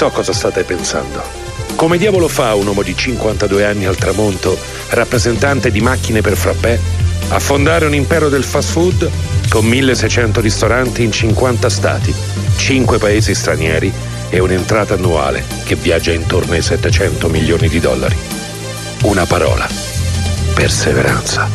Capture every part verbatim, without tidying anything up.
So cosa state pensando. Come diavolo fa un uomo di cinquantadue anni al tramonto, rappresentante di macchine per frappè, a fondare un impero del fast food con milleseicento ristoranti in cinquanta stati, cinque paesi stranieri e un'entrata annuale che viaggia intorno ai settecento milioni di dollari? Una parola: perseveranza.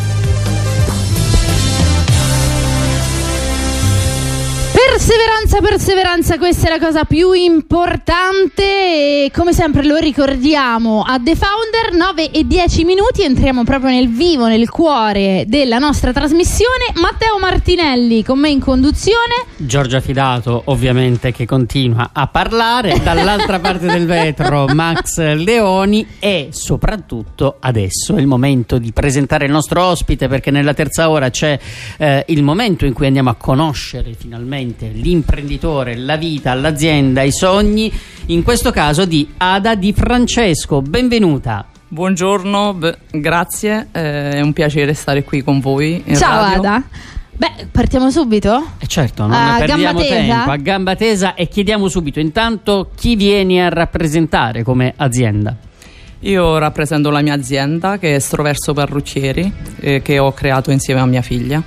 Perseveranza, perseveranza, questa è la cosa più importante e come sempre lo ricordiamo a The Founder. Nove e dieci minuti, entriamo proprio nel vivo, nel cuore della nostra trasmissione. Matteo Martinelli con me in conduzione, Giorgia Fidato ovviamente che continua a parlare, dall'altra parte del vetro Max Leoni, e soprattutto adesso è il momento di presentare il nostro ospite, perché nella terza ora c'è eh, il momento in cui andiamo a conoscere finalmente l'imprenditore, la vita, l'azienda, i sogni, in questo caso di Ada Di Francesco. Benvenuta. Buongiorno, b- grazie, eh, è un piacere stare qui con voi in ciao radio. Ada. Beh, partiamo subito? Eh certo, non a perdiamo gamba tesa? tempo, a gamba tesa, e chiediamo subito intanto chi vieni a rappresentare come azienda. Io rappresento la mia azienda, che è Estroverso Parrucchieri, eh, che ho creato insieme a mia figlia.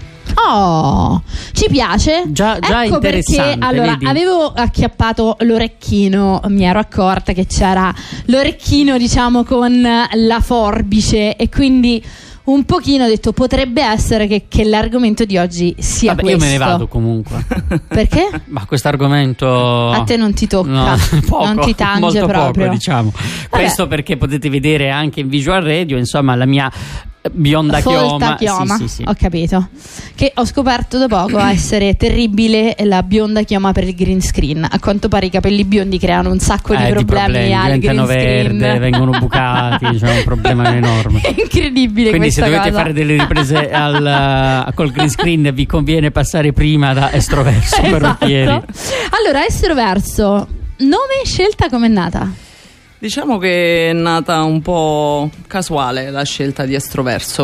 Oh, ci piace? Già, già ecco interessante, perché allora vedi? avevo acchiappato l'orecchino, mi ero accorta che c'era l'orecchino, diciamo, con la forbice, e quindi un pochino ho detto potrebbe essere che, che l'argomento di oggi sia Vabbè, questo. io me ne vado comunque. Perché? Ma questo argomento A te non ti tocca, no, poco, non ti tange molto proprio. poco, diciamo. Questo perché potete vedere anche in visual radio, insomma, la mia bionda Folta chioma, chioma. Sì, sì, sì. Ho capito. Che ho scoperto da poco essere terribile la bionda chioma per il green screen. A quanto pare i capelli biondi creano un sacco di Eh, problemi, di problemi al diventano green screen. verde, vengono bucati, c'è un problema enorme. È incredibile. Quindi se questa dovete cosa. fare delle riprese al, col green screen vi conviene passare prima da Estroverso Parrucchieri. Esatto. Allora, Estroverso, nome, scelta, com'è nata? Diciamo che è nata un po' casuale la scelta di Estroverso,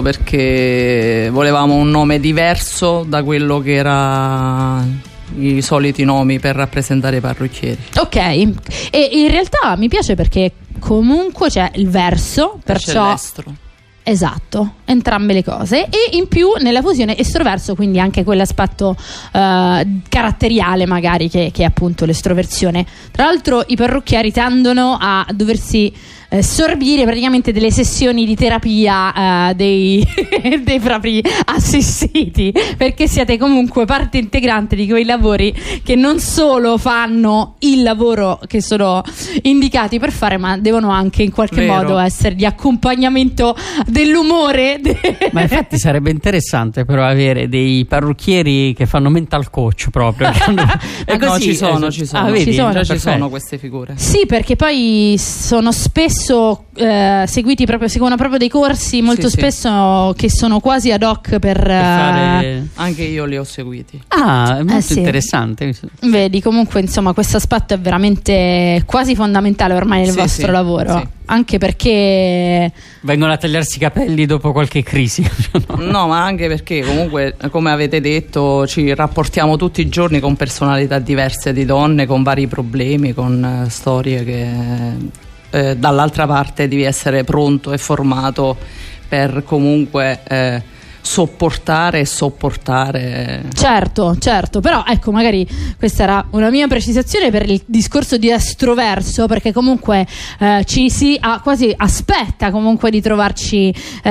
perché volevamo un nome diverso da quello che era i soliti nomi per rappresentare i parrucchieri. Ok, e in realtà mi piace perché comunque c'è il verso, perciò C'è l'estro. esatto, entrambe le cose, e in più nella fusione estroverso, quindi anche quell'aspetto eh, caratteriale magari che, che è appunto l'estroversione. Tra l'altro i parrucchieri tendono a doversi eh, sorbire praticamente delle sessioni di terapia eh, dei, dei propri assistiti, perché siete comunque parte integrante di quei lavori che non solo fanno il lavoro che sono indicati per fare, ma devono anche in qualche Vero. modo essere di accompagnamento dell'umore. Ma infatti sarebbe interessante però avere dei parrucchieri che fanno mental coach proprio. Eh, E no, così, ci sono, esatto. ci sono, Ah, vedi? Ci sono. già ci Perfetto. sono queste figure. Sì, perché poi sono spesso eh, seguiti proprio, seguono proprio dei corsi molto Sì, sì. spesso che sono quasi ad hoc per, Per eh, fare... Anche io li ho seguiti. Ah, è molto Eh, sì. interessante. vedi, comunque insomma questo aspetto è veramente quasi fondamentale ormai nel Sì, vostro sì, lavoro, sì. anche perché Vengono a tagliarsi i capelli dopo qualche crisi. No, ma anche perché comunque, come avete detto, ci rapportiamo tutti i giorni con personalità diverse di donne, con vari problemi, con eh, storie che eh, dall'altra parte devi essere pronto e formato per comunque eh, sopportare e sopportare. certo, certo, però ecco, magari questa era una mia precisazione per il discorso di estroverso, perché comunque eh, ci si ah, quasi aspetta comunque di trovarci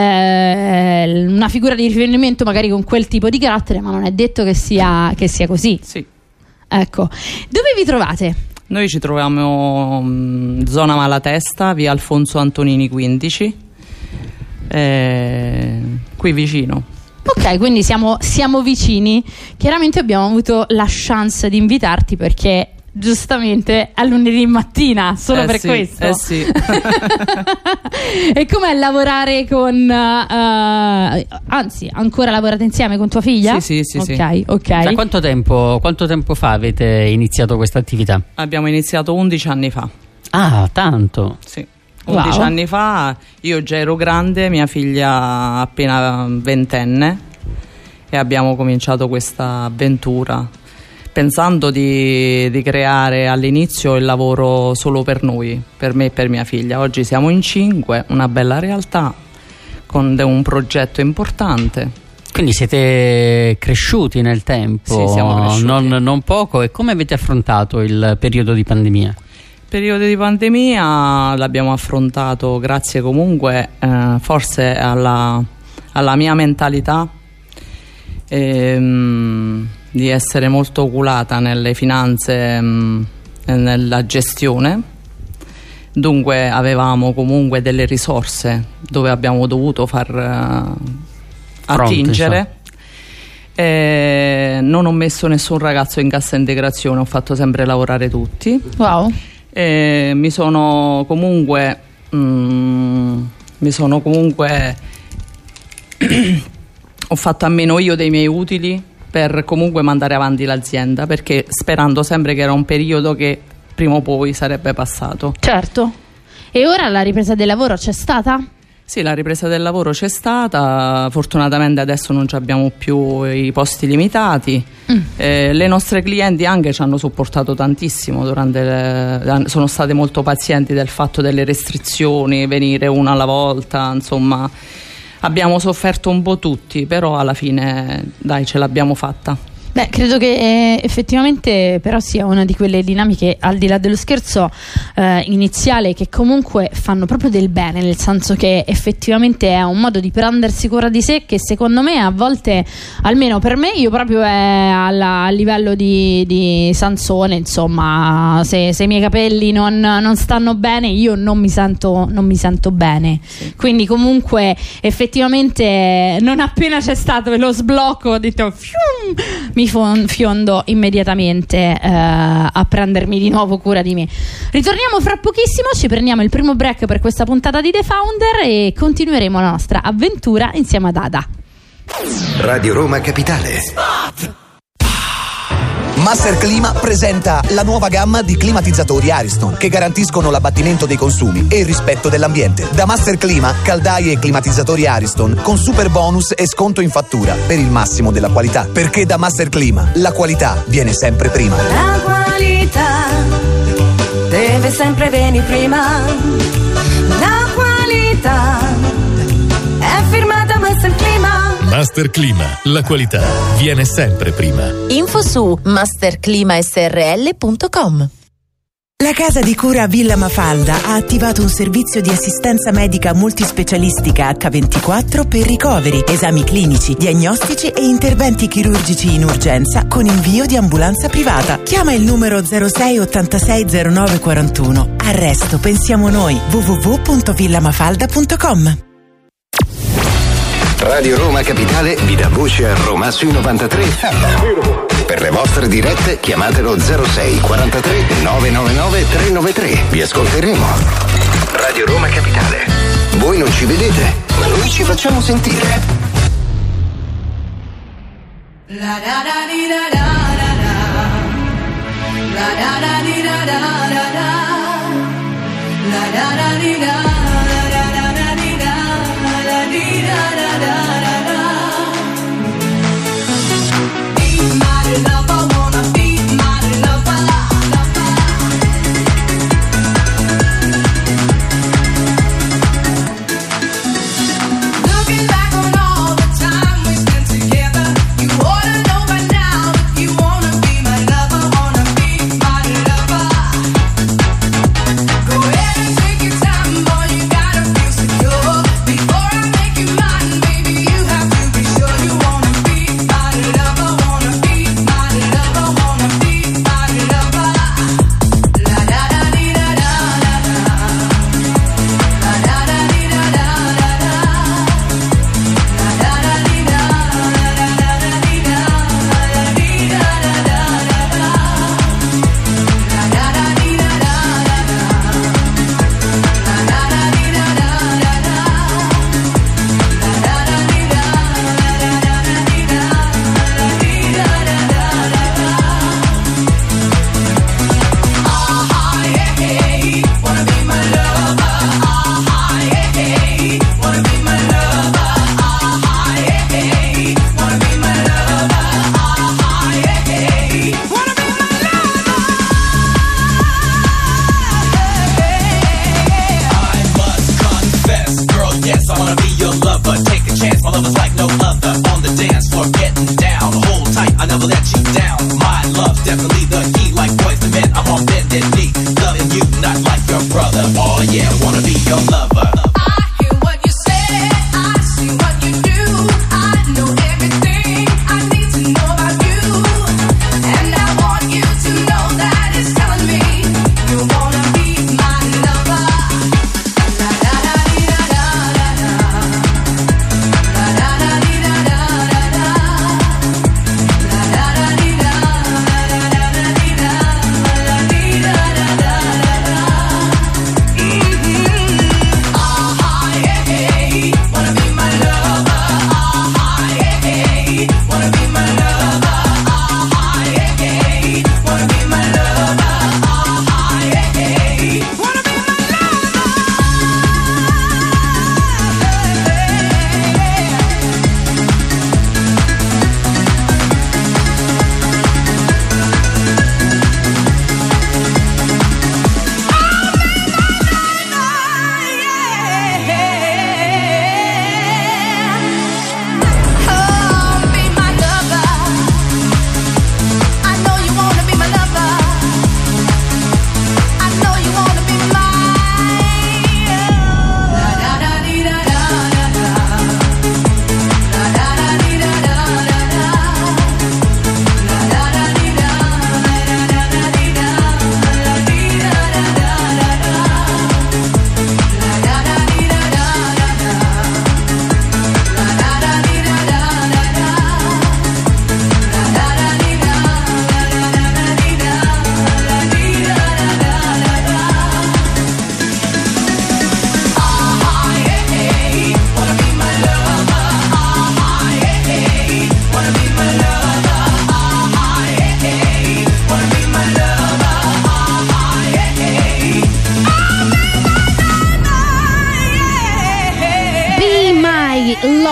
eh, una figura di riferimento magari con quel tipo di carattere, ma non è detto che sia, che sia così. Sì. Ecco, dove vi trovate? Noi ci troviamo in zona Malatesta, via Alfonso Antonini quindici, eh, qui vicino. Ok, quindi siamo, siamo vicini. Chiaramente abbiamo avuto la chance di invitarti perché giustamente a lunedì mattina, solo Eh per sì, questo. eh sì. E com'è lavorare con uh, anzi, ancora lavorate insieme con tua figlia? Sì, sì, sì, Ok, sì. ok. Da quanto tempo, quanto tempo fa avete iniziato questa attività? Abbiamo iniziato undici anni fa. Ah, tanto. Sì. undici Wow. anni fa io già ero grande, mia figlia appena ventenne, e abbiamo cominciato questa avventura pensando di, di creare all'inizio il lavoro solo per noi, per me e per mia figlia. Oggi siamo in cinque, una bella realtà con un progetto importante. Quindi siete cresciuti nel tempo, sì, siamo cresciuti. Non, non poco. E come avete affrontato il periodo di pandemia? Il periodo di pandemia l'abbiamo affrontato grazie comunque eh, forse alla, alla mia mentalità ehm, di essere molto oculata nelle finanze mh, e nella gestione. Dunque avevamo comunque delle risorse dove abbiamo dovuto far uh, attingere. E non ho messo nessun ragazzo in cassa integrazione, ho fatto sempre lavorare tutti. Wow. E mi sono comunque mm, mi sono comunque ho fatto a meno io dei miei utili per comunque mandare avanti l'azienda, perché sperando sempre che era un periodo che prima o poi sarebbe passato. Certo. E ora la ripresa del lavoro c'è stata? Sì, la ripresa del lavoro c'è stata, fortunatamente adesso non abbiamo più i posti limitati. Mm. Eh, le nostre clienti anche ci hanno supportato tantissimo durante le, sono state molto pazienti del fatto delle restrizioni, venire una alla volta, insomma abbiamo sofferto un po' tutti, però alla fine dai, ce l'abbiamo fatta. Beh, credo che eh, effettivamente però sia una di quelle dinamiche, al di là dello scherzo eh, iniziale, che comunque fanno proprio del bene, nel senso che effettivamente è un modo di prendersi cura di sé che secondo me a volte, almeno per me, io proprio è alla, a livello di, di Sansone, insomma, se, se i miei capelli non, non stanno bene io non mi sento, non mi sento bene. Sì. Quindi comunque effettivamente non appena c'è stato lo sblocco ho detto fium, mi fiondo immediatamente eh, a prendermi di nuovo cura di me. Ritorniamo fra pochissimo, ci prendiamo il primo break per questa puntata di The Founder e continueremo la nostra avventura insieme ad Ada. Radio Roma Capitale. Master Clima presenta la nuova gamma di climatizzatori Ariston che garantiscono l'abbattimento dei consumi e il rispetto dell'ambiente. Da Master Clima, caldaie e climatizzatori Ariston con super bonus e sconto in fattura per il massimo della qualità. Perché da Master Clima la qualità viene sempre prima. La qualità deve sempre venire prima. La qualità è firmata Master Clima. Master Clima, la qualità viene sempre prima. Info su master clima s r l punto com. La casa di cura Villa Mafalda ha attivato un servizio di assistenza medica multispecialistica acca ventiquattro per ricoveri, esami clinici, diagnostici e interventi chirurgici in urgenza con invio di ambulanza privata. Chiama il numero zero sei ottantasei zero nove quarantuno. Al resto pensiamo noi. w w w punto villa mafalda punto com. Radio Roma Capitale vi dà voce a Roma sui novantatré. Per le vostre dirette chiamatelo zero sei quarantatré novecentonovantanove trecentonovantatré. Vi ascolteremo. Radio Roma Capitale. Voi non ci vedete, ma noi ci facciamo sentire. La da da di da da da da. La da da di da da da da. La da da di da. Go ahead and take your time, boy.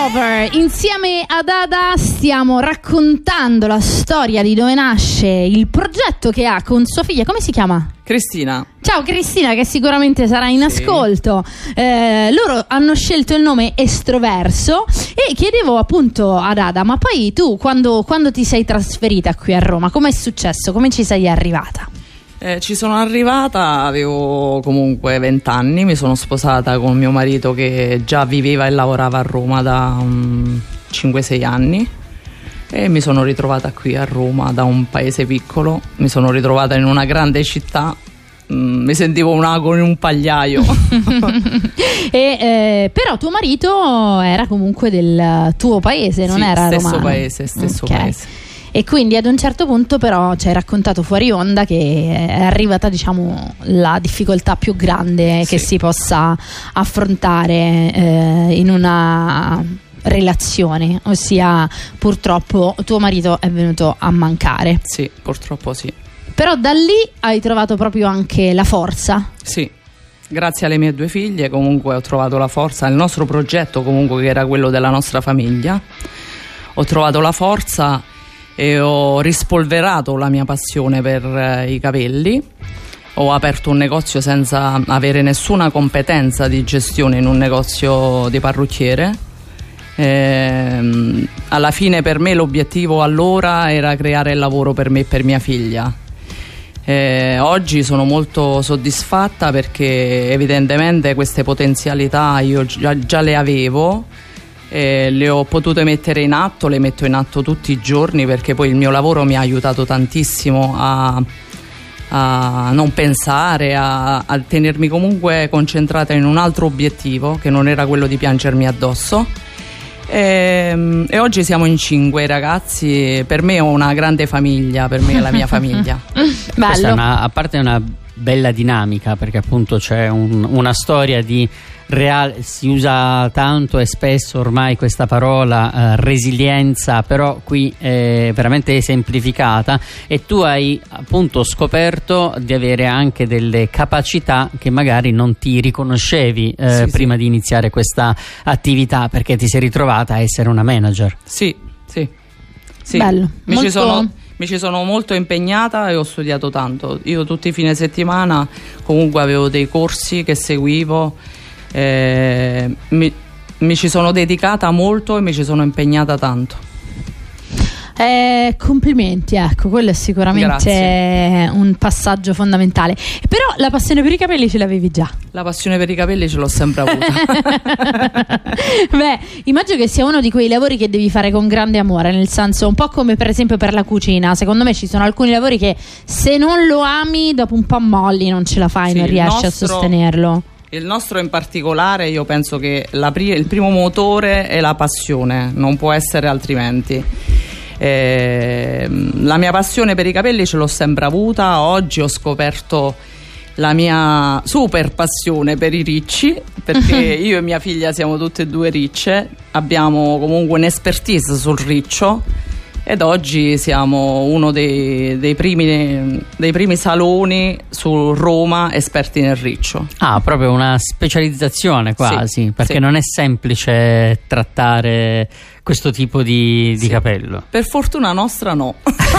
Lover. Insieme ad Ada stiamo raccontando la storia di dove nasce il progetto che ha con sua figlia. Come si chiama? Cristina. Ciao Cristina, che sicuramente sarà in Sì. ascolto. Eh, loro hanno scelto il nome Estroverso e chiedevo appunto ad Ada, ma poi tu quando, quando ti sei trasferita qui a Roma, come è successo? Come ci sei arrivata? Eh, ci sono arrivata, avevo comunque venti anni, mi sono sposata con mio marito che già viveva e lavorava a Roma da um, cinque sei anni e mi sono ritrovata qui a Roma da un paese piccolo, mi sono ritrovata in una grande città, mm, mi sentivo un ago in un pagliaio. e, eh, però tuo marito era comunque del tuo paese, non Sì, era stesso romano? paese, stesso Ok. paese. E quindi ad un certo punto però ci hai raccontato fuori onda che è arrivata, diciamo, la difficoltà più grande Sì. che si possa affrontare eh, in una relazione, ossia purtroppo tuo marito è venuto a mancare. Sì, purtroppo sì. Però da lì hai trovato proprio anche la forza. Sì, grazie alle mie due figlie comunque ho trovato la forza, il nostro progetto comunque che era quello della nostra famiglia, ho trovato la forza e ho rispolverato la mia passione per eh, i capelli. Ho aperto un negozio senza avere nessuna competenza di gestione in un negozio di parrucchiere. Ehm, alla fine per me l'obiettivo allora era creare il lavoro per me e per mia figlia. Eh, oggi sono molto soddisfatta perché evidentemente queste potenzialità io già, già le avevo. Eh, le ho potute mettere in atto, le metto in atto tutti i giorni perché poi il mio lavoro mi ha aiutato tantissimo a, a non pensare, a, a tenermi comunque concentrata in un altro obiettivo che non era quello di piangermi addosso. E, e oggi siamo in cinque ragazzi, per me ho una grande famiglia, per me è la mia famiglia. Questa è una, a parte una bella dinamica perché appunto c'è un, una storia di reale, si usa tanto e spesso ormai questa parola eh, resilienza, però qui è veramente semplificata e tu hai appunto scoperto di avere anche delle capacità che magari non ti riconoscevi eh, Sì, prima sì. di iniziare questa attività perché ti sei ritrovata a essere una manager. Sì, sì, sì. Bello, Mi, molto- ci sono, mi ci sono molto impegnata e ho studiato tanto. Io tutti i fine settimana comunque avevo dei corsi che seguivo, eh, mi, mi ci sono dedicata molto e mi ci sono impegnata tanto. Eh, complimenti, ecco, quello è sicuramente Grazie. un passaggio fondamentale. Però la passione per i capelli ce l'avevi già. La passione per i capelli ce l'ho sempre avuta. Beh, immagino che sia uno di quei lavori che devi fare con grande amore, nel senso un po' come per esempio per la cucina. Secondo me ci sono alcuni lavori che se non lo ami dopo un po' molli, non ce la fai, Sì, non il riesci nostro- a sostenerlo. Il nostro in particolare, io penso che la pri- il primo motore è la passione, non può essere altrimenti. Eh, la mia passione per i capelli ce l'ho sempre avuta, oggi ho scoperto la mia super passione per i ricci, perché io e mia figlia siamo tutte e due ricce, abbiamo comunque un'expertise sul riccio ed oggi siamo uno dei, dei, primi, dei primi saloni su Roma esperti nel riccio. Ah, proprio una specializzazione quasi, Sì, perché sì. non è semplice trattare questo tipo di, di Sì. capello. Per fortuna nostra no.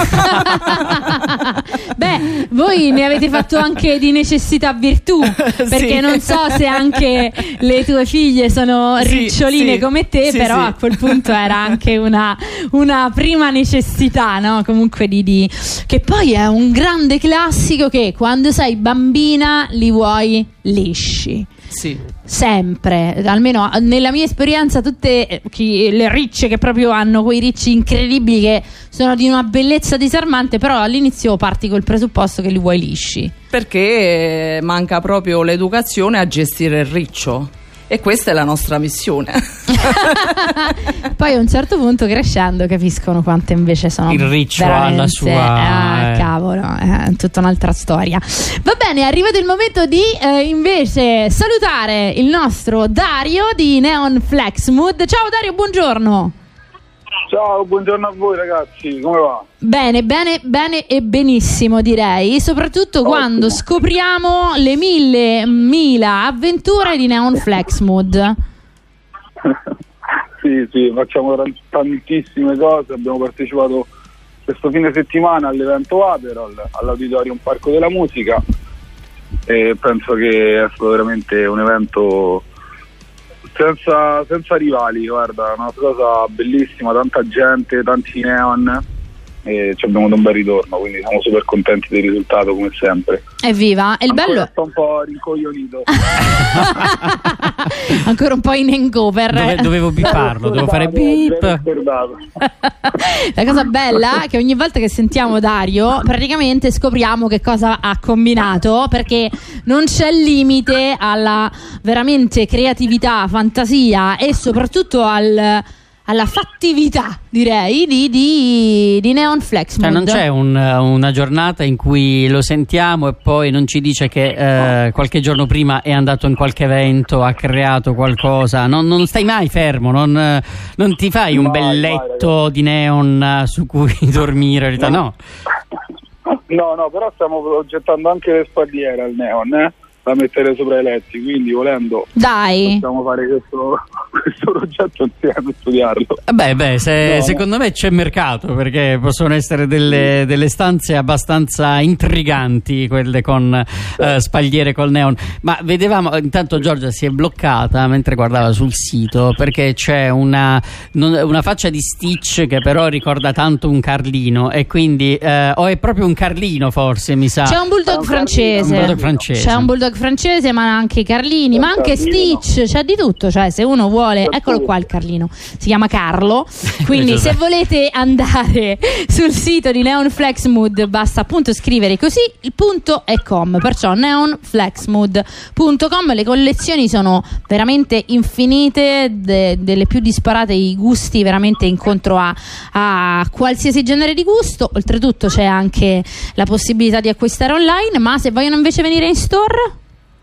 Beh, voi ne avete fatto anche di necessità virtù, perché Sì. non so se anche le tue figlie sono Sì, riccioline sì, come te, sì, però sì. a quel punto era anche una, una prima necessità, no? Comunque di, di che poi è un grande classico che quando sei bambina li vuoi lisci. Sì. Sempre, almeno nella mia esperienza, tutte eh, chi- le ricce che proprio hanno quei ricci incredibili che sono di una bellezza disarmante, però all'inizio parti col presupposto che li vuoi lisci. Perché manca proprio l'educazione a gestire il riccio e questa è la nostra missione. Poi a un certo punto crescendo capiscono quanto invece sono Il riccio ha veramente- la sua- ah, eh. cavolo, è tutta un'altra storia. Va bene, è arrivato il momento di eh, invece salutare il nostro Dario di Neon Flex Mood. Ciao Dario, buongiorno. Ciao, buongiorno a voi ragazzi, come va? Bene, bene, bene e benissimo direi, soprattutto Ottimo. quando scopriamo le mille mila avventure di Neon Flex Mood. Sì, sì, facciamo tantissime cose, abbiamo partecipato questo fine settimana all'evento Aperol, all'Auditorium Parco della Musica, e penso che è stato veramente un evento senza, senza rivali, guarda, una cosa bellissima, tanta gente, tanti neon, e ci abbiamo dato un bel ritorno, quindi siamo super contenti del risultato come sempre. Evviva! E il Ancora bello sto un po' rincoglionito. Ancora un po' in hangover. Dove, dovevo biparlo, devo fare beep. La cosa bella è che ogni volta che sentiamo Dario praticamente scopriamo che cosa ha combinato, perché non c'è limite alla veramente creatività, fantasia e soprattutto al alla fattività, direi, di, di, di Neon Flex Mood. Cioè non c'è un, una giornata in cui lo sentiamo e poi non ci dice che eh, qualche giorno prima è andato in qualche evento, ha creato qualcosa, non, non stai mai fermo, non, non ti fai un bel letto di neon su cui dormire, no. no. No, no, però stiamo progettando anche le spalliere al neon, eh? Da mettere sopra i letti, quindi volendo dai possiamo fare questo, questo progetto insieme e studiarlo. Beh, beh se, no, secondo me c'è mercato, perché possono essere delle, delle stanze abbastanza intriganti quelle con eh, spagliere col neon. Ma vedevamo, intanto Giorgia si è bloccata mentre guardava sul sito, perché c'è una, una faccia di Stitch che però ricorda tanto un Carlino, e quindi eh, o è proprio un Carlino forse, mi sa. C'è un bulldog un francese, un bulldog francese. C'è un bulldog francese, ma anche i Carlini, ma anche Stitch, c'è di tutto, cioè se uno vuole, eccolo qua il Carlino, si chiama Carlo, quindi se volete andare sul sito di Neon Flex Mood basta appunto scrivere così il punto e com, perciò neon flex mood punto com. Le collezioni sono veramente infinite, de, delle più disparate, i gusti veramente incontro a, a qualsiasi genere di gusto. Oltretutto c'è anche la possibilità di acquistare online, ma se vogliono invece venire in store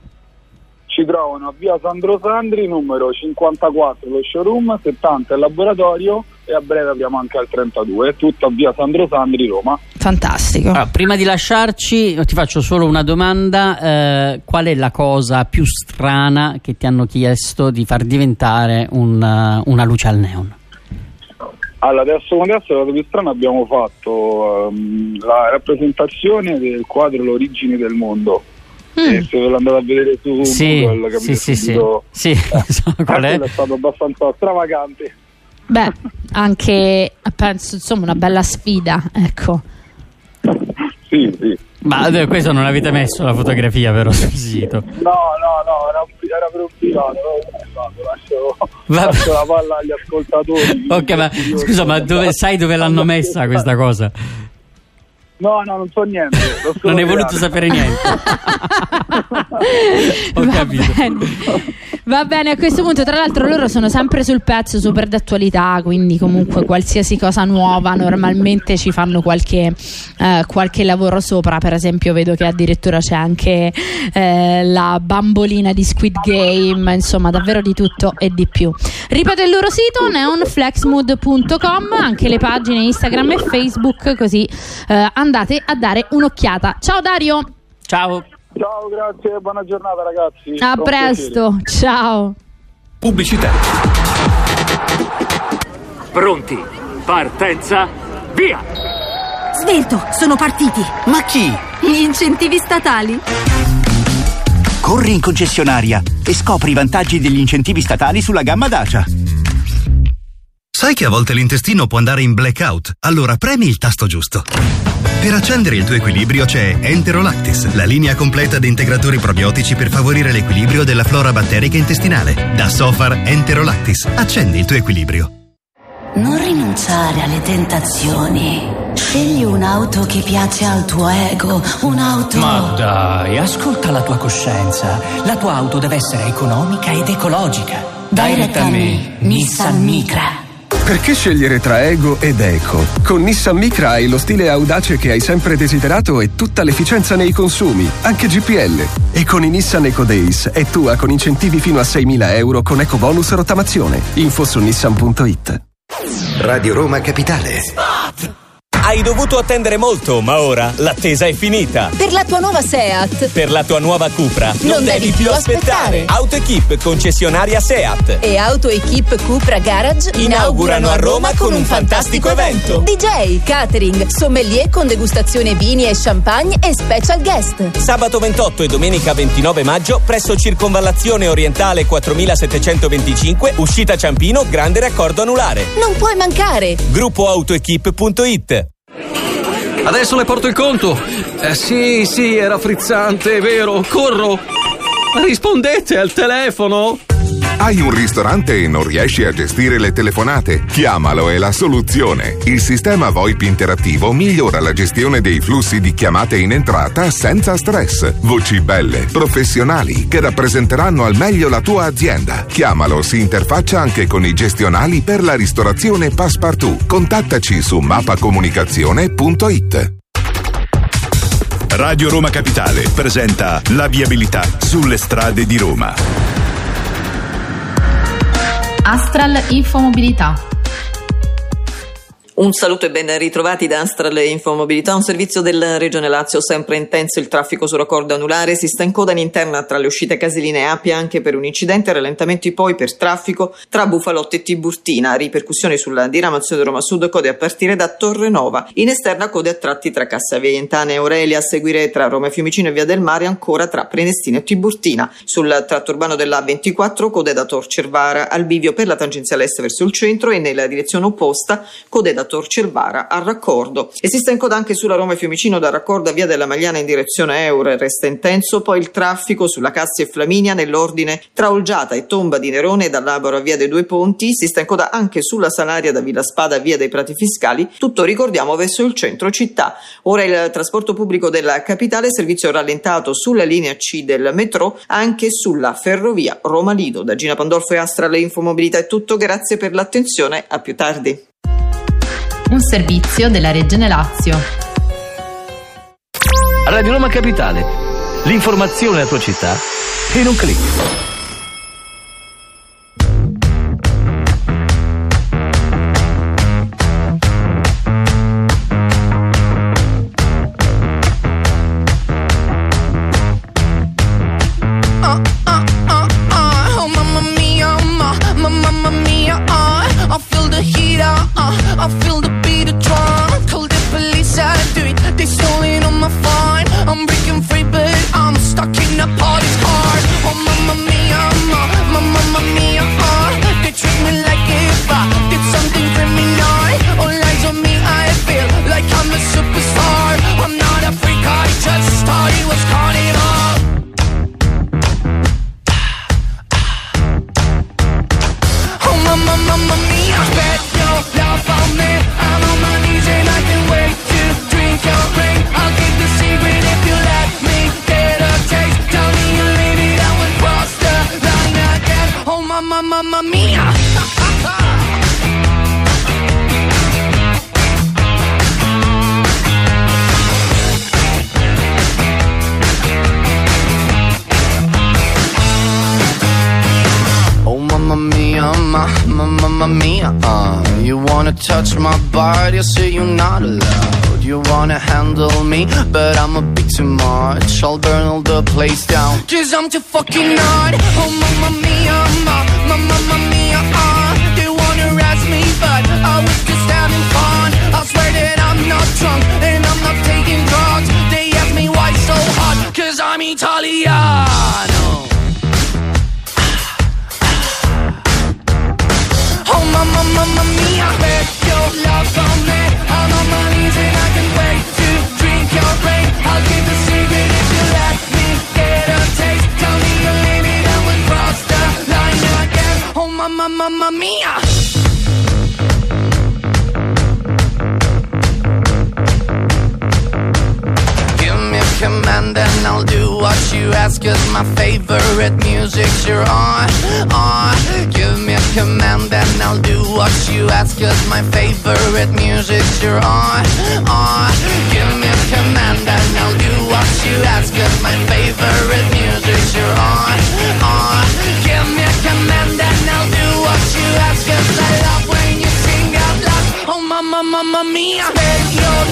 ci trovano a via Sandro Sandri numero cinquantaquattro lo showroom, settanta il laboratorio, e a breve abbiamo anche al trentadue, tutto a via Sandro Sandri, Roma. Fantastico. Allora, prima di lasciarci ti faccio solo una domanda, eh, qual è la cosa più strana che ti hanno chiesto di far diventare un, una luce al neon? Allora, adesso come adesso la cosa più strana, abbiamo fatto um, la rappresentazione del quadro L'origine del mondo. Mm. E se ve l'andate a vedere su sì, Google, capite sì, sì, subito, sì. sì. Eh, qual è? è stato abbastanza stravagante. Beh, anche penso insomma una bella sfida, ecco. Sì, sì. Ma questo non avete messo la fotografia però sul sito? No, no, no, era, era per un privato, lascio, lascio la palla agli ascoltatori. Ok, ma scusa, ma dove, sai dove l'hanno messa questa cosa? No, no, non so niente. Non hai voluto sapere niente. Ho Va capito. Bene. Va bene, a questo punto tra l'altro loro sono sempre sul pezzo, super d'attualità, quindi comunque qualsiasi cosa nuova normalmente ci fanno qualche, eh, qualche lavoro sopra. Per esempio vedo che addirittura c'è anche eh, la bambolina di Squid Game, insomma davvero di tutto e di più. Ripeto il loro sito neon flex mood punto com, anche le pagine Instagram e Facebook, così eh, andate a dare un'occhiata. Ciao Dario. Ciao. Ciao, grazie, buona giornata ragazzi. A Buon presto, piacere. ciao. Pubblicità. Pronti? Partenza, via! Svelto, sono partiti. Ma chi? Gli incentivi statali. Corri in concessionaria e scopri i vantaggi degli incentivi statali sulla gamma Dacia. Sai che a volte l'intestino può andare in blackout? Allora premi il tasto giusto. Per accendere il tuo equilibrio c'è Enterolactis, la linea completa di integratori probiotici per favorire l'equilibrio della flora batterica intestinale. Da Sofar Enterolactis, accendi il tuo equilibrio. Non rinunciare alle tentazioni. Scegli un'auto che piace al tuo ego, un'auto... Ma dai, ascolta la tua coscienza. La tua auto deve essere economica ed ecologica. Direct a me, Nissan Micra. Perché scegliere tra ego ed eco? Con Nissan Micra hai lo stile audace che hai sempre desiderato e tutta l'efficienza nei consumi, anche G P L. E con i Nissan Eco Days è tua con incentivi fino a seimila euro con eco bonus rottamazione. Info su nissan punto it. Radio Roma Capitale. A Hai dovuto attendere molto, ma ora l'attesa è finita. Per la tua nuova Seat. Per la tua nuova Cupra non, Non devi, devi più più aspettare. aspettare. AutoEquip, concessionaria Seat. E AutoEquip Cupra Garage Inaugurano a Roma con un fantastico evento. D J, catering, sommelier con degustazione vini e champagne e special guest. Sabato ventotto e domenica ventinove maggio presso Circonvallazione Orientale quattromilasettecentoventicinque, uscita Ciampino, grande raccordo anulare. Non puoi mancare. Gruppo autoequip punto it. Adesso le porto il conto. Eh, sì, sì, era frizzante, è vero. Corro. Rispondete al telefono. Hai un ristorante e non riesci a gestire le telefonate? Chiamalo, è la soluzione. Il sistema VoIP interattivo migliora la gestione dei flussi di chiamate in entrata senza stress. Voci belle, professionali, che rappresenteranno al meglio la tua azienda. Chiamalo, si interfaccia anche con i gestionali per la ristorazione Passepartout. Contattaci su mappacomunicazione punto it. Radio Roma Capitale presenta la viabilità sulle strade di Roma. Astral Infomobilità. Un saluto e ben ritrovati da Astral Infomobilità, un servizio della Regione Lazio. Sempre intenso il traffico su raccordo anulare, si sta in coda in interna tra le uscite Casilina e Appia anche per un incidente, rallentamenti poi per traffico tra Bufalotte e Tiburtina, ripercussioni sulla diramazione Roma Sud, code a partire da Torrenova, in esterna code a tratti tra Cassa Veientana e Aurelia, a seguire tra Roma Fiumicino e Via del Mare, ancora tra Prenestina e Tiburtina. Sul tratto urbano della A ventiquattro code da Tor Cervara al bivio per la tangenziale est verso il centro e nella direzione opposta code da Tor Cervara al raccordo. E si sta in coda anche sulla Roma Fiumicino dal raccordo a Via della Magliana in direzione Eure, resta intenso poi il traffico sulla Cassia e Flaminia nell'ordine tra Olgiata e Tomba di Nerone e dal Laboro a Via dei Due Ponti, si sta in coda anche sulla Salaria da Villa Spada a Via dei Prati Fiscali, tutto ricordiamo verso il centro città. Ora il trasporto pubblico della capitale, servizio rallentato sulla linea C del metro, anche sulla ferrovia Roma Lido. Da Gina Pandolfo e Astral Infomobilità è tutto, grazie per l'attenzione, a più tardi. Un servizio della Regione Lazio. Radio Roma Capitale. L'informazione alla tua città in un clic. Mamma mia! Oh mamma mia, ma, ma, mamma mia, uh, you wanna touch my body, I say you're not allowed. You wanna handle me, but I'm a bit too much. I'll burn all the place down, 'cause I'm too fucking hot. Oh mamma mia, ma, ma, mamma mia, uh, they wanna arrest me, but I was just having fun. I swear that I'm not drunk, and I'm not taking drugs. They ask me why so hot, 'cause I'm Italiano. Oh mamma, mamma mia, bet your love on me. I'm on my knees and I can wait to drink your brain. I'll keep the secret if you let me get a taste. Tell me you leave it and we'll cross the line again. Oh mamma, mamma mia. Command and I'll do what you ask, 'cause my favorite music's you're on, on. Give me a command and I'll do what you ask, 'cause my favorite music's you're on, on. Give me a command and I'll do what you ask, 'cause my favorite music's you're on, on. Give me a command and I'll do what you ask, 'cause I love when you sing out loud. Oh mamma, mamma mia, spend your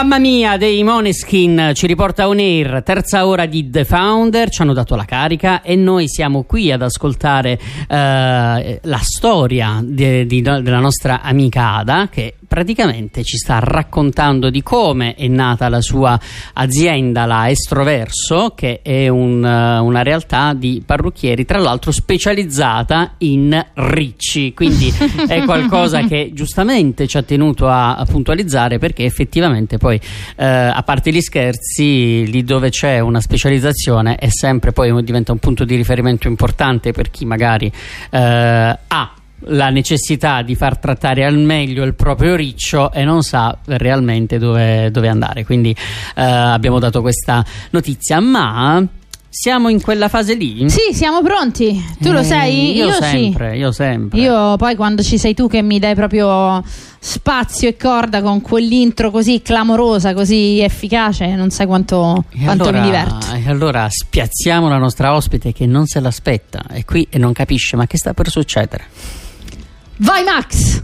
Mamma mia dei Måneskin ci riporta on air, terza ora di The Founder, ci hanno dato la carica e noi siamo qui ad ascoltare eh, la storia de, di, della nostra amica Ada, che praticamente ci sta raccontando di come è nata la sua azienda, la Estroverso, che è un, una realtà di parrucchieri, tra l'altro specializzata in ricci, quindi è qualcosa che giustamente ci ha tenuto a, a puntualizzare, perché effettivamente poi eh, a parte gli scherzi, lì dove c'è una specializzazione è sempre poi diventa un punto di riferimento importante per chi magari eh, ha la necessità di far trattare al meglio il proprio riccio e non sa realmente dove, dove andare. Quindi eh, abbiamo dato questa notizia, ma siamo in quella fase lì? Sì, siamo pronti. Tu eh, lo sei? Io, io sempre, sì. io sempre. Io poi quando ci sei tu che mi dai proprio spazio e corda con quell'intro così clamorosa, così efficace, non sai quanto, quanto allora, mi diverto. E allora spiazziamo la nostra ospite che non se l'aspetta, è qui e non capisce, ma che sta per succedere? Vai Max!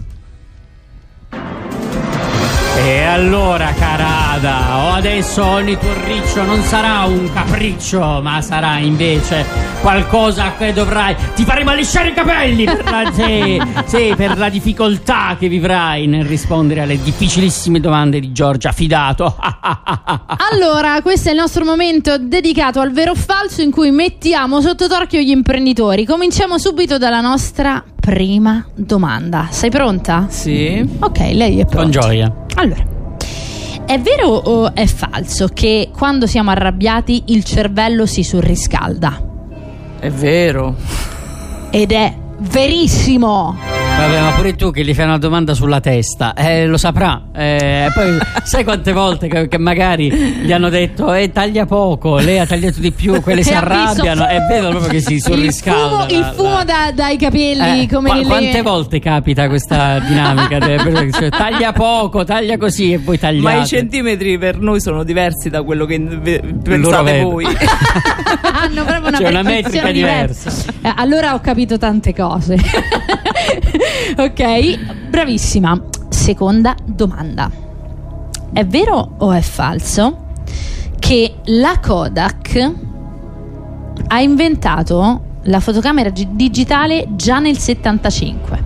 E allora cara Ada, adesso ogni tuo riccio non sarà un capriccio, ma sarà invece qualcosa che dovrai, ti faremo lisciare i capelli per la, sì, sì, per la difficoltà che vivrai nel rispondere alle difficilissime domande di Giorgia Fidato. Allora, questo è il nostro momento dedicato al vero o falso, in cui mettiamo sotto torchio gli imprenditori. Cominciamo subito dalla nostra prima domanda. Sei pronta? Sì. Ok, lei è pronta. Con gioia. Allora, è vero o è falso che quando siamo arrabbiati il cervello si surriscalda? È vero. Ed è verissimo. Vabbè, ma pure tu che gli fai una domanda sulla testa, eh, lo saprà. Eh, poi sai quante volte che, che magari gli hanno detto eh, taglia poco, lei ha tagliato di più, quelle si arrabbiano, è vero proprio che si surriscalda. Il fumo, il fumo da, dai capelli, eh, come qu- nelle... Quante volte capita questa dinamica? Cioè, taglia poco, taglia così e poi tagliate. Ma i centimetri per noi sono diversi da quello che pensate voi. Hanno proprio una, cioè, una metrica diversa. diversa. Eh, allora ho capito tante cose. Ok, bravissima. Seconda domanda. È vero o è falso che la Kodak ha inventato la fotocamera gi- digitale già nel settantacinque?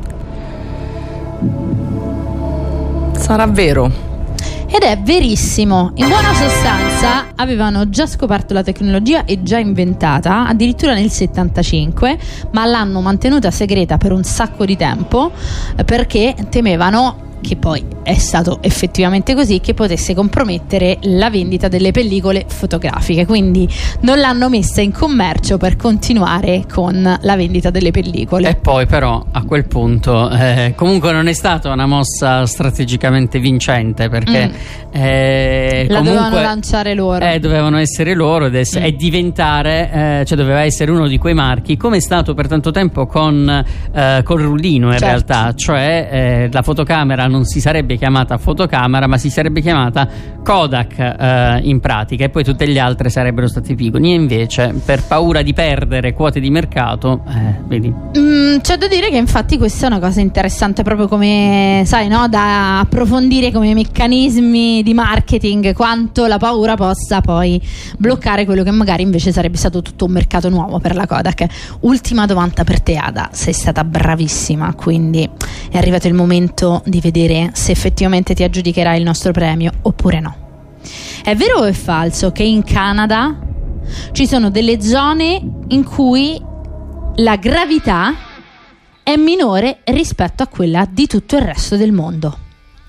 Sarà vero. Ed è verissimo. In buona sostanza avevano già scoperto la tecnologia e già inventata addirittura nel settantacinque, ma l'hanno mantenuta segreta per un sacco di tempo perché temevano, che poi è stato effettivamente così, che potesse compromettere la vendita delle pellicole fotografiche, quindi non l'hanno messa in commercio per continuare con la vendita delle pellicole. E poi però a quel punto eh, comunque non è stata una mossa strategicamente vincente, perché mm. eh, la comunque dovevano lanciare loro, eh, dovevano essere loro ed ess- mm. e diventare eh, cioè doveva essere uno di quei marchi, come è stato per tanto tempo con eh, col rullino in certo. realtà, cioè eh, la fotocamera non si sarebbe chiamata fotocamera ma si sarebbe chiamata Kodak eh, in pratica, e poi tutte le altre sarebbero state Piconi, e invece per paura di perdere quote di mercato eh, vedi. Mm, c'è da dire che infatti questa è una cosa interessante, proprio come sai, no, da approfondire come meccanismi di marketing, quanto la paura possa poi bloccare quello che magari invece sarebbe stato tutto un mercato nuovo per la Kodak. Ultima domanda per te Ada, sei stata bravissima, quindi è arrivato il momento di vedere se effettivamente ti aggiudicherai il nostro premio oppure no. È vero o è falso che in Canada ci sono delle zone in cui la gravità è minore rispetto a quella di tutto il resto del mondo?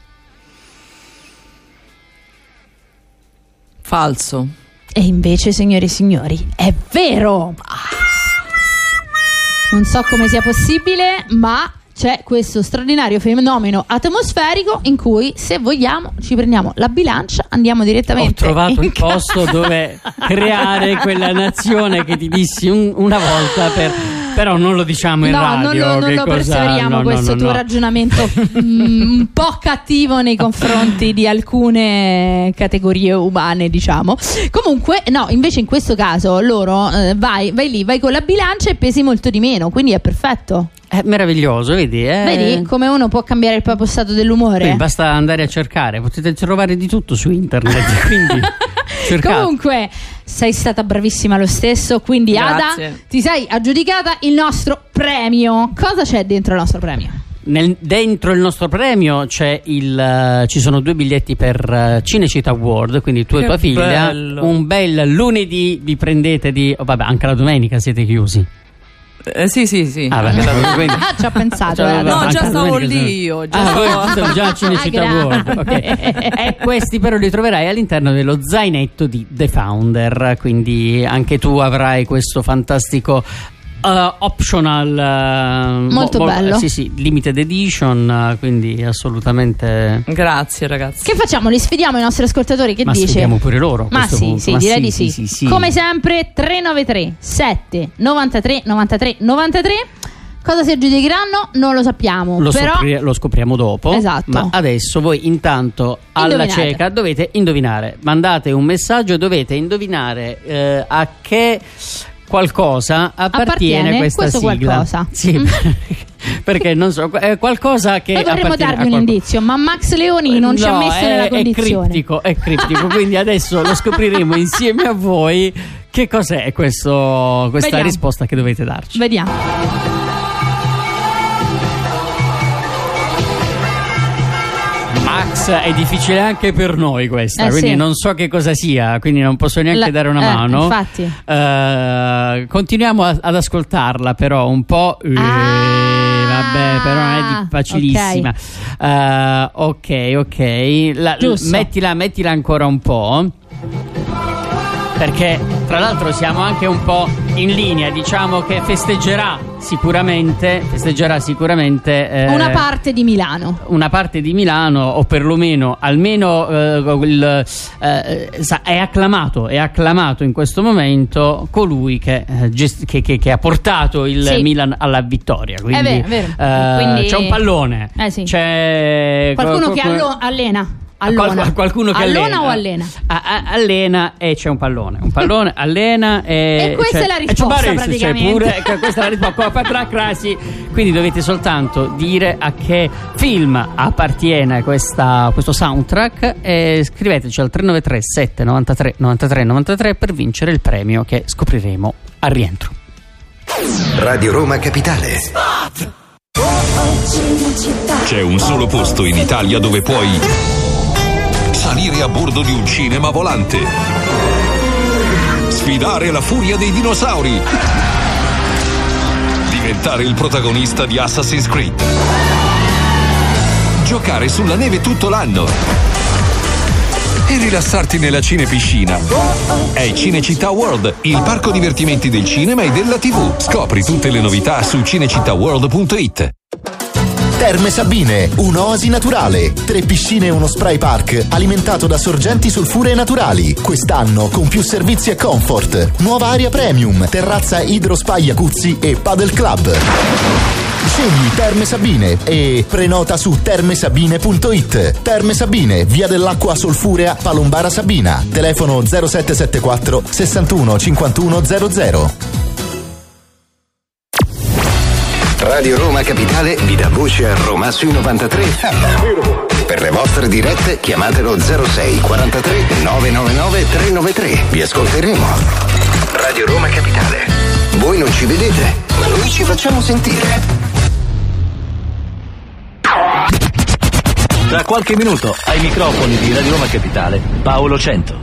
Falso. E invece, signori e signori, è vero. Non so come sia possibile, ma c'è questo straordinario fenomeno atmosferico in cui, se vogliamo, ci prendiamo la bilancia, andiamo direttamente. Ho trovato il casa. posto dove creare quella nazione che ti dissi un, una volta per, Però non lo diciamo in no, radio. non lo, non che lo cosa... perseveriamo no, questo no, no, tuo no. ragionamento mm, un po' cattivo nei confronti di alcune categorie umane, diciamo. Comunque, no, invece in questo caso loro eh, vai, vai lì, vai con la bilancia e pesi molto di meno, quindi è perfetto. È meraviglioso, vedi? Eh? Vedi come uno può cambiare il proprio stato dell'umore? Quindi basta andare a cercare, potete trovare di tutto su internet, quindi cercate. Comunque sei stata bravissima lo stesso, quindi Grazie. Ada, ti sei aggiudicata il nostro premio. Cosa c'è dentro il nostro premio? Nel, dentro il nostro premio c'è il, uh, ci sono due biglietti per uh, Cinecittà World, quindi tu e Che tua figlia, bello. un bel lunedì vi prendete di, oh, vabbè, anche la domenica siete chiusi. Eh, sì, sì, sì. Ah, beh, quindi, Ci ho pensato. Cioè, eh, vabbè, no, anche già la stavo domenica lì sono- io. Già Ah, stavo... voi siete già a Cinecittà Ah, World, ok. E questi però li troverai all'interno dello zainetto di The Founder, quindi anche tu avrai questo fantastico Uh, optional uh, Molto mo- mo- bello. sì sì limited edition, uh, quindi assolutamente. Grazie ragazzi. Che facciamo? Li sfidiamo i nostri ascoltatori? Che Ma dice? sfidiamo pure loro a Ma questo sì, punto. sì, Ma direi sì, di sì. sì, sì, sì. Come sempre tre nove tre sette novantatré novantatré novantatré. Cosa si aggiudicheranno? Non lo sappiamo. Lo, però scopri- lo scopriamo dopo. Esatto. Ma adesso voi intanto alla Indovinate. cieca dovete indovinare. Mandate un messaggio, dovete indovinare eh, a che qualcosa appartiene, Appartiene questa questo sigla. qualcosa. Sì, Mm. perché non so, è qualcosa che Noi dovremmo appartiene darvi a un qualcuno. indizio, ma Max Leoni non ci ha No, messo è, nella è condizione. criptico, è criptico, quindi adesso lo scopriremo insieme a voi che cos'è questo, questa Vediamo. risposta che dovete darci. Vediamo. Max, è difficile anche per noi questa, Eh, quindi sì. non so che cosa sia, quindi non posso neanche La- dare una eh, mano. infatti. Eh, continuiamo a- ad ascoltarla, però un po'. eh, vabbè, però non è di- facilissima. Eh, ok, ok. La- Giusto. mettila, mettila ancora un po'. Perché tra l'altro siamo anche un po' in linea, diciamo che festeggerà sicuramente, festeggerà sicuramente eh, Una parte di Milano. una parte di Milano, o perlomeno almeno eh, il, eh, sa- è acclamato è acclamato in questo momento colui che, eh, gest- che, che- che ha portato il Sì. Milan alla vittoria, quindi, È vero, è vero. eh, Quindi- c'è un pallone, Eh sì. c'è Qualcuno che qualcuno- allo- allena. Qual- Allona. qualcuno che allona allena o allena? A- a- allena e c'è un pallone un pallone allena e, E questa c'è- è la e c'è risposta, Baresi, c'è praticamente. pure, che questa è la risposta. Qua- qua- qua- sì. Quindi dovete soltanto dire a che film appartiene questa, questo soundtrack e scriveteci al tre nove tre sette novantatré novantatré novantatré per vincere il premio che scopriremo al rientro. Radio Roma Capitale. C'è un solo posto in Italia dove puoi salire a bordo di un cinema volante, sfidare la furia dei dinosauri, diventare il protagonista di Assassin's Creed, giocare sulla neve tutto l'anno e rilassarti nella cinepiscina. È Cinecittà World, il parco divertimenti del cinema e della tivù. Scopri tutte le novità su cinecittàworld punto it. Terme Sabine, un'oasi naturale. Tre piscine e uno spray park alimentato da sorgenti sulfuree naturali. Quest'anno con più servizi e comfort. Nuova area premium, terrazza idro spa jacuzzi e paddle club. Scegli Terme Sabine e prenota su termesabine punto it. Terme Sabine, via dell'acqua solfurea, Palombara Sabina. Telefono zero sette sette quattro sessantuno cinquantuno zero zero. Radio Roma Capitale vi dà voce a Roma sui novantatré. Per le vostre dirette chiamatelo zero sei quarantatré novecentonovantanove trecentonovantatré. Vi ascolteremo. Radio Roma Capitale. Voi non ci vedete, ma noi ci facciamo sentire. Tra qualche minuto ai microfoni di Radio Roma Capitale, Paolo Cento.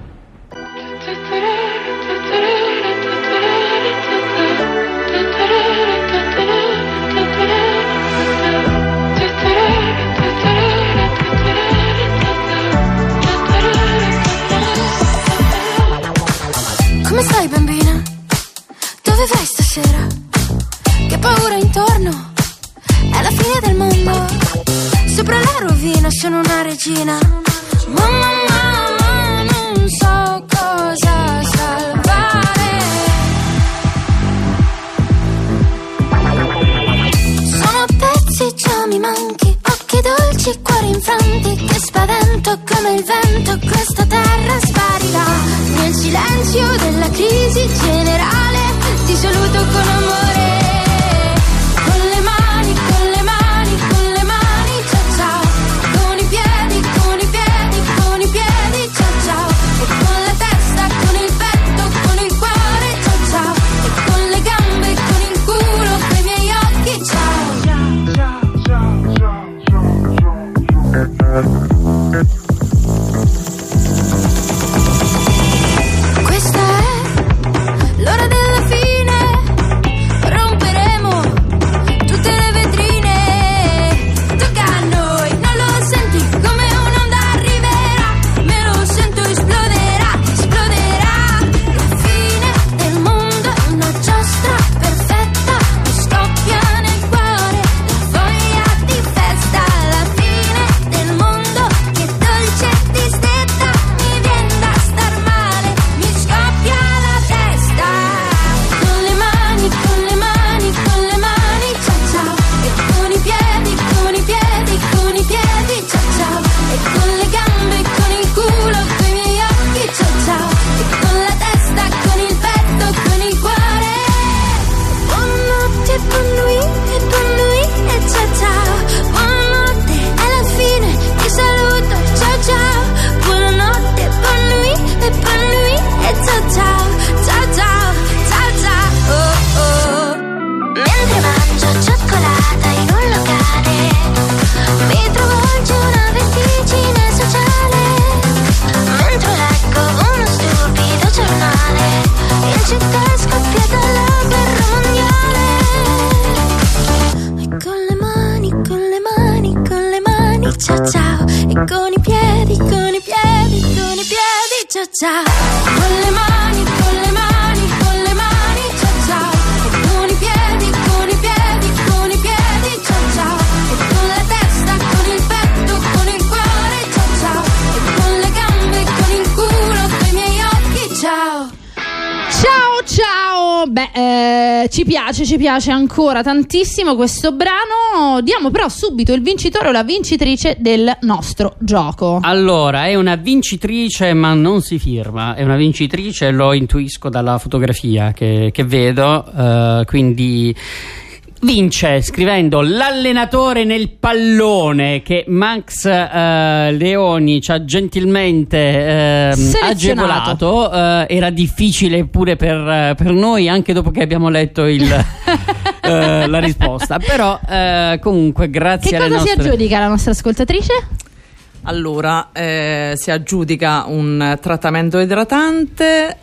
Come stai bambina? Dove vai stasera? Che paura intorno? È la fine del mondo. Sopra la rovina sono una regina. Mamma, mamma, non so cosa salvare. confronti, che spavento come il vento, questa terra sparirà nel silenzio della crisi generale. Ti saluto con amore, con le mani, con le mani, con le mani, ciao ciao, con i piedi, con i piedi, con i piedi, ciao ciao, e con la testa, con il petto, con il cuore, ciao ciao, e con le gambe, con il culo, con i miei occhi, ciao. Questa è l'ora della fine, romperemo tutte le vetrine, tocca a noi, non lo senti come un'onda arriverà, me lo sento, esploderà, esploderà, la fine del mondo è una giostra perfetta, mi scoppia nel cuore la voglia di festa, la fine del mondo che dolce distetta, mi viene da star male, mi scoppia la testa, con le mani, con le mani, con le mani, ciao ciao, e con i piedi, con i piedi, con i piedi, ciao ciao, e con le gambe, con il culo, con i miei occhi, ciao ciao, e con la testa, con il petto, con il cuore. Buonanotte, buon nuit, e buon nuit, e ciao ciao, buonanotte, è la fine, ti saluto, ciao ciao, buonanotte, buon nuit, e buon nuit, e ciao ciao, ciao ciao, ciao ciao, oh oh. Mentre mangio cioccolata in un locale, mi travolge una vertigine sociale, mentre leggo uno stupido giornale, in città è scoppiata la guerra mondiale. E con le mani, con le mani, con le mani, ciao ciao, e con i piedi, con i piedi, con i piedi, ciao ciao, con le mani, con le mani, con le mani, ciao ciao, e con i piedi, con i piedi, con i piedi, ciao ciao, e con la testa, con il petto, con il cuore, ciao ciao, e con le gambe, con il culo, con i miei occhi, ciao. Ciao ciao, beh eh, ci piace, ci piace ancora tantissimo questo brano. Diamo però subito il vincitore o la vincitrice del nostro gioco. Allora, è una vincitrice ma non si firma, è una vincitrice, lo intuisco dalla fotografia che, che vedo, eh, quindi vince scrivendo l'allenatore nel pallone che Max eh, Leoni ci ha gentilmente eh, agevolato. Eh, era difficile pure per, per noi, anche dopo che abbiamo letto il, eh, la risposta, però eh, comunque grazie che alle cosa nostre... si aggiudica la nostra ascoltatrice? Allora, eh, si aggiudica un trattamento idratante,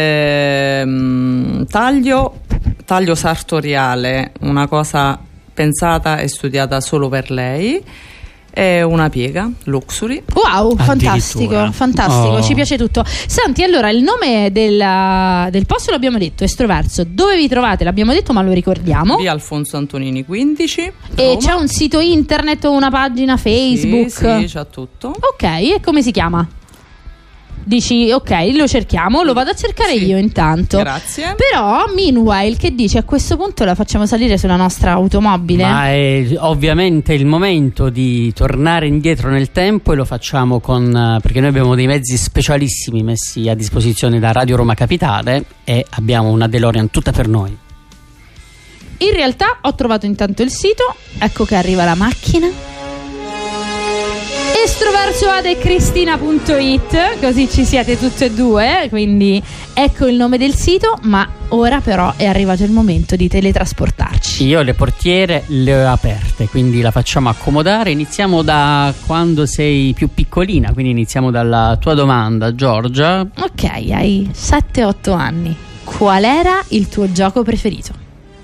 ehm, taglio, taglio sartoriale, una cosa pensata e studiata solo per lei, e una piega luxury. Wow, fantastico, fantastico, Oh. ci piace tutto. Senti, allora il nome della, del posto l'abbiamo detto, Estroverso. Dove vi trovate? L'abbiamo detto, ma lo ricordiamo. Via Alfonso Antonini quindici. E Roma. c'è un sito internet o una pagina Facebook? Sì, sì, c'ha tutto. Ok, e come si chiama? Dici, ok, lo cerchiamo, lo vado a cercare io intanto. Grazie. Però, meanwhile, che dici? A questo punto la facciamo salire sulla nostra automobile? Ma è ovviamente il momento di tornare indietro nel tempo e lo facciamo con, perché noi abbiamo dei mezzi specialissimi messi a disposizione da Radio Roma Capitale e abbiamo una DeLorean tutta per noi. In realtà ho trovato intanto il sito, ecco che arriva la macchina. estroversoadecristina punto it, così ci siete tutte e due, quindi ecco il nome del sito, ma ora però è arrivato il momento di teletrasportarci. Io le portiere le ho aperte, quindi la facciamo accomodare. Iniziamo da quando sei più piccolina, quindi iniziamo dalla tua domanda, Giorgia. Ok, hai sette otto anni. Qual era il tuo gioco preferito?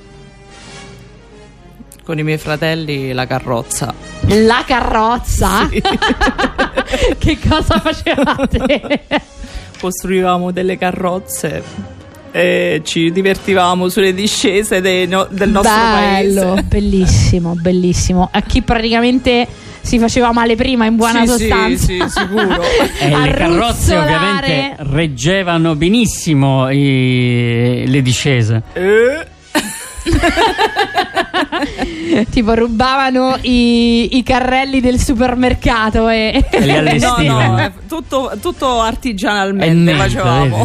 Con i miei fratelli la carrozza. La carrozza? Sì. Che cosa facevate? Costruivamo delle carrozze e ci divertivamo sulle discese dei no- del nostro Bello, paese. Bellissimo, bellissimo. A chi praticamente si faceva male prima, in buona Sì, sostanza. sì, sì, sicuro. E A le carrozze ruzzolare. ovviamente reggevano benissimo i- le discese. Eh. Tipo rubavano i, i carrelli del supermercato e, e li allestivano. No, no, tutto, tutto artigianalmente facevamo.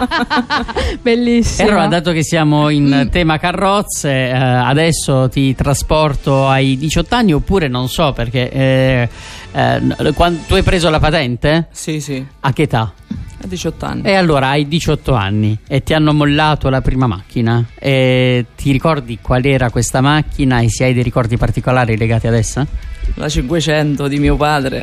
Bellissimo. E allora, dato che siamo in tema carrozze, eh, adesso ti trasporto ai diciotto anni, oppure non so, perché eh, eh, quando, tu hai preso la patente? Sì, sì. A che età? A diciotto anni. E allora hai diciotto anni e ti hanno mollato la prima macchina, e ti ricordi qual era questa macchina e se hai dei ricordi particolari legati ad essa? La cinquecento di mio padre.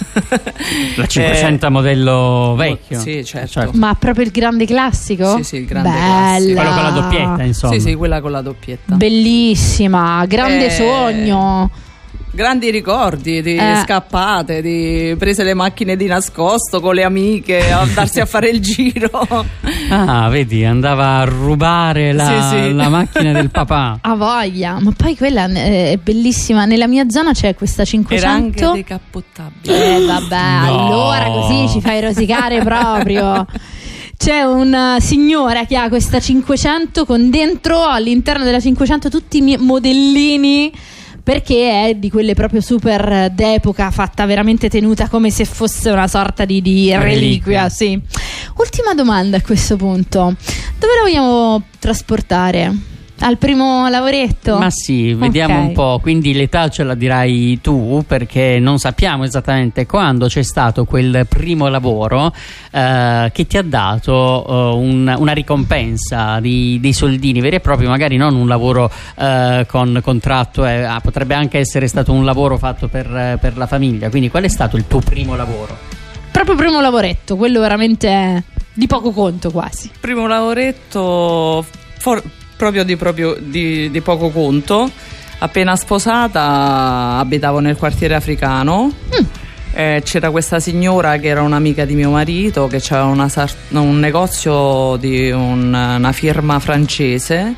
La cinquecento eh, modello vecchio? Sì, certo. Cioè, ma proprio il grande classico? Sì, sì, il grande Bella. classico. Quello con la doppietta, insomma. Sì, sì, quella con la doppietta. Bellissima, grande eh, sogno. Grandi ricordi di eh. scappate, di prese le macchine di nascosto con le amiche, andarsi a fare il giro. Ah, vedi, andava a rubare la, sì, sì. la macchina del papà. Ha voglia, ma poi quella è bellissima. Nella mia zona c'è questa cinquecento. Era anche decappottabile. Eh vabbè, no. Allora così ci fai rosicare proprio. C'è una signora che ha questa cinquecento con dentro, all'interno della cinquecento, tutti i modellini, perché è di quelle proprio super d'epoca, fatta veramente, tenuta come se fosse una sorta di, di reliquia, sì. Ultima domanda a questo punto: dove la vogliamo trasportare? Al primo lavoretto? Ma sì, vediamo okay. un po'. Quindi l'età ce la dirai tu, perché non sappiamo esattamente quando c'è stato quel primo lavoro eh, che ti ha dato eh, un, una ricompensa di, dei soldini veri e propri, magari non un lavoro eh, con contratto, eh, ah, potrebbe anche essere stato un lavoro fatto per, per la famiglia. Quindi qual è stato il tuo primo lavoro? Proprio primo lavoretto, quello veramente di poco conto quasi. Primo lavoretto for- proprio, di, proprio di, di poco conto. Appena sposata abitavo nel quartiere africano. Mm. Eh, c'era questa signora che era un'amica di mio marito, che aveva una, un negozio di un, una firma francese.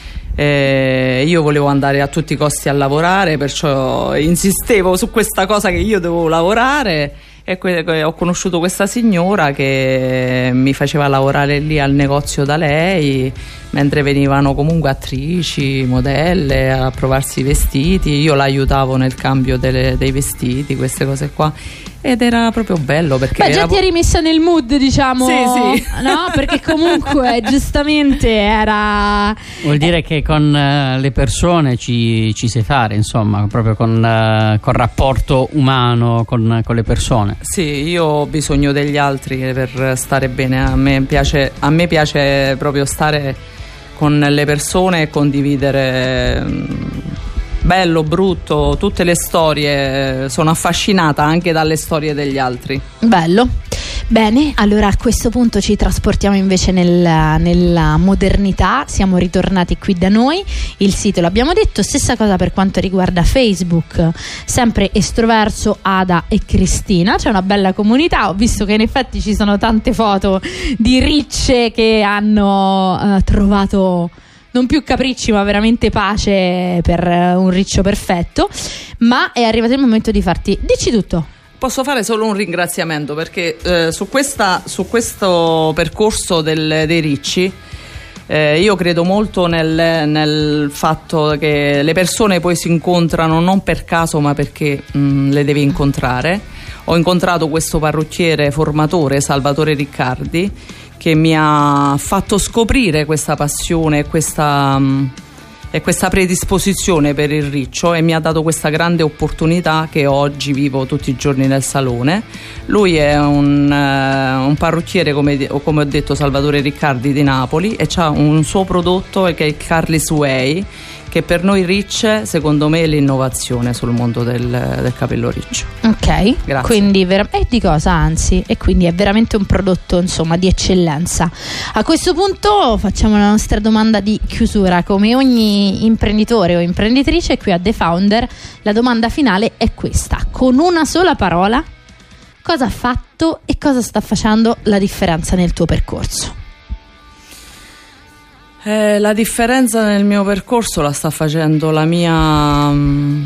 Eh, io volevo andare a tutti i costi a lavorare, perciò insistevo su questa cosa che io dovevo lavorare, e que- ho conosciuto questa signora che mi faceva lavorare lì al negozio da lei, mentre venivano comunque attrici, modelle a provarsi i vestiti. Io la aiutavo nel cambio delle, dei vestiti, queste cose qua, ed era proprio bello perché Beh, già era... ti eri messa nel mood, diciamo. Sì, sì. No? Perché comunque giustamente era... Vuol dire che con uh, le persone ci, ci sai fare, insomma, proprio con uh, col rapporto umano con, con le persone. Sì, io ho bisogno degli altri per stare bene. A me piace, a me piace proprio stare con le persone e condividere bello, brutto, tutte le storie. Sono affascinata anche dalle storie degli altri. Bello. Bene, allora a questo punto ci trasportiamo invece nel, nella modernità. Siamo ritornati qui da noi. Il sito l'abbiamo detto, stessa cosa per quanto riguarda Facebook, sempre Estroverso, Ada e Cristina. C'è una bella comunità. Ho visto che in effetti ci sono tante foto di ricce che hanno uh, trovato non più capricci ma veramente pace per uh, un riccio perfetto. Ma è arrivato il momento di farti, dici tutto. Posso fare solo un ringraziamento perché eh, su, questa, su questo percorso del, dei ricci eh, io credo molto nel, nel fatto che le persone poi si incontrano non per caso ma perché mh, le devi incontrare. Ho incontrato questo parrucchiere formatore, Salvatore Riccardi, che mi ha fatto scoprire questa passione e questa... Mh, e questa predisposizione per il riccio, e mi ha dato questa grande opportunità che oggi vivo tutti i giorni nel salone. Lui è un, uh, un parrucchiere, come, come ho detto, Salvatore Riccardi di Napoli, e ha un suo prodotto che è il Carly's Way, che per noi ricce secondo me è l'innovazione sul mondo del, del capello riccio. Ok, grazie. Quindi vera- e di cosa anzi, e quindi è veramente un prodotto insomma di eccellenza. A questo punto facciamo la nostra domanda di chiusura. Come ogni imprenditore o imprenditrice qui a The Founder, la domanda finale è questa: con una sola parola, cosa ha fatto e cosa sta facendo la differenza nel tuo percorso? Eh, la differenza nel mio percorso la sta facendo la mia um,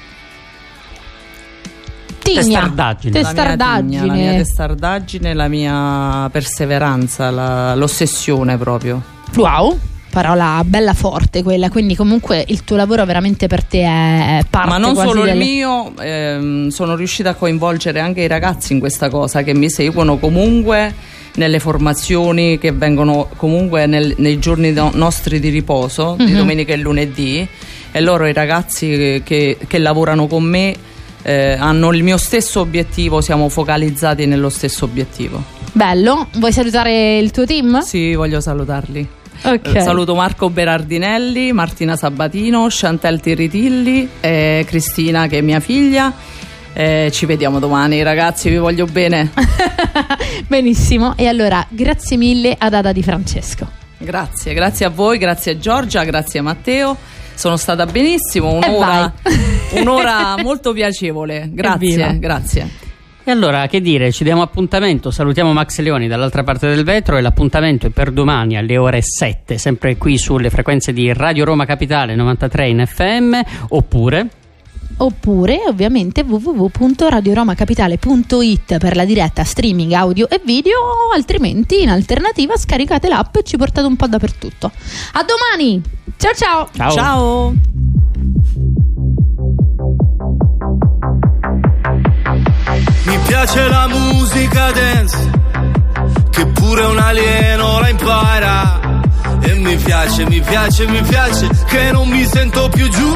testardaggine. testardaggine. La mia testardaggine, la mia perseveranza, la, l'ossessione proprio. Wow, parola bella forte quella, quindi comunque il tuo lavoro veramente per te è parte. Ma non quasi solo del... il mio, ehm, sono riuscita a coinvolgere anche i ragazzi in questa cosa, che mi seguono comunque nelle formazioni che vengono comunque nel, nei giorni no, nostri di riposo, mm-hmm. di domenica e lunedì, e loro, i ragazzi che, che, che lavorano con me, eh, hanno il mio stesso obiettivo, siamo focalizzati nello stesso obiettivo. Bello, vuoi salutare il tuo team? Sì, voglio salutarli. Okay. Eh, saluto Marco Berardinelli, Martina Sabatino, Chantel Tiritilli, eh, Cristina che è mia figlia. Eh, ci vediamo domani, ragazzi, vi voglio bene. Benissimo, e allora grazie mille ad Ada Di Francesco. Grazie, grazie a voi, grazie a Giorgia, grazie a Matteo. Sono stata benissimo, un'ora, un'ora molto piacevole. Grazie, Evviva. grazie. E allora, che dire, ci diamo appuntamento, salutiamo Max Leoni dall'altra parte del vetro, e l'appuntamento è per domani alle ore sette, sempre qui sulle frequenze di Radio Roma Capitale novantatré in F M, oppure... Oppure ovviamente w w w punto radio roma capitale punto i t per la diretta streaming audio e video, o altrimenti in alternativa scaricate l'app e ci portate un po' dappertutto. A domani, ciao ciao. Ciao, ciao. Mi piace la musica dance, che pure un alieno la impara. E mi piace, mi piace, mi piace, che non mi sento più giù.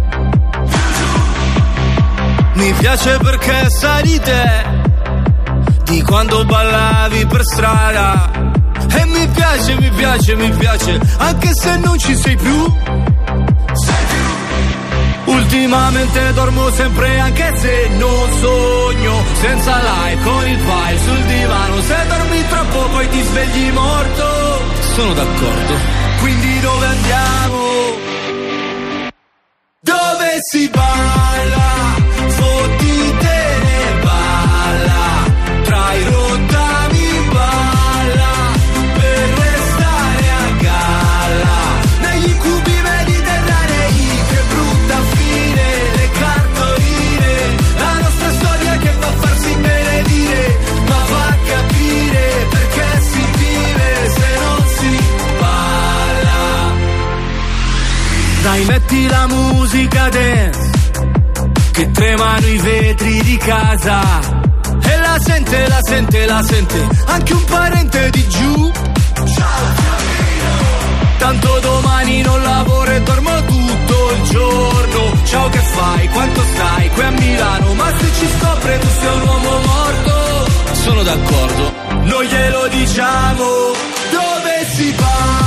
Mi piace perché sai di te, di quando ballavi per strada. E mi piace, mi piace, mi piace, anche se non ci sei più. Sei più. Ultimamente dormo sempre anche se non sogno, senza like, con il file sul divano. Se dormi troppo poi ti svegli morto. Sono d'accordo. Quindi dove andiamo? Dove si balla? Fottitene balla, tra i rottami balla, per restare a galla, negli incubi mediterranei, che brutta fine, le cartoline, la nostra storia che fa farsi benedire, ma fa capire perché si vive se non si balla. Dai, metti la musica dance, che tremano i vetri di casa, e la sente, la sente, la sente anche un parente di giù. Ciao tanto domani non lavoro e dormo tutto il giorno. Ciao, che fai? Quanto stai? Qui a Milano, ma se ci scopre tu sei un uomo morto. Sono d'accordo, noi glielo diciamo. Dove si va?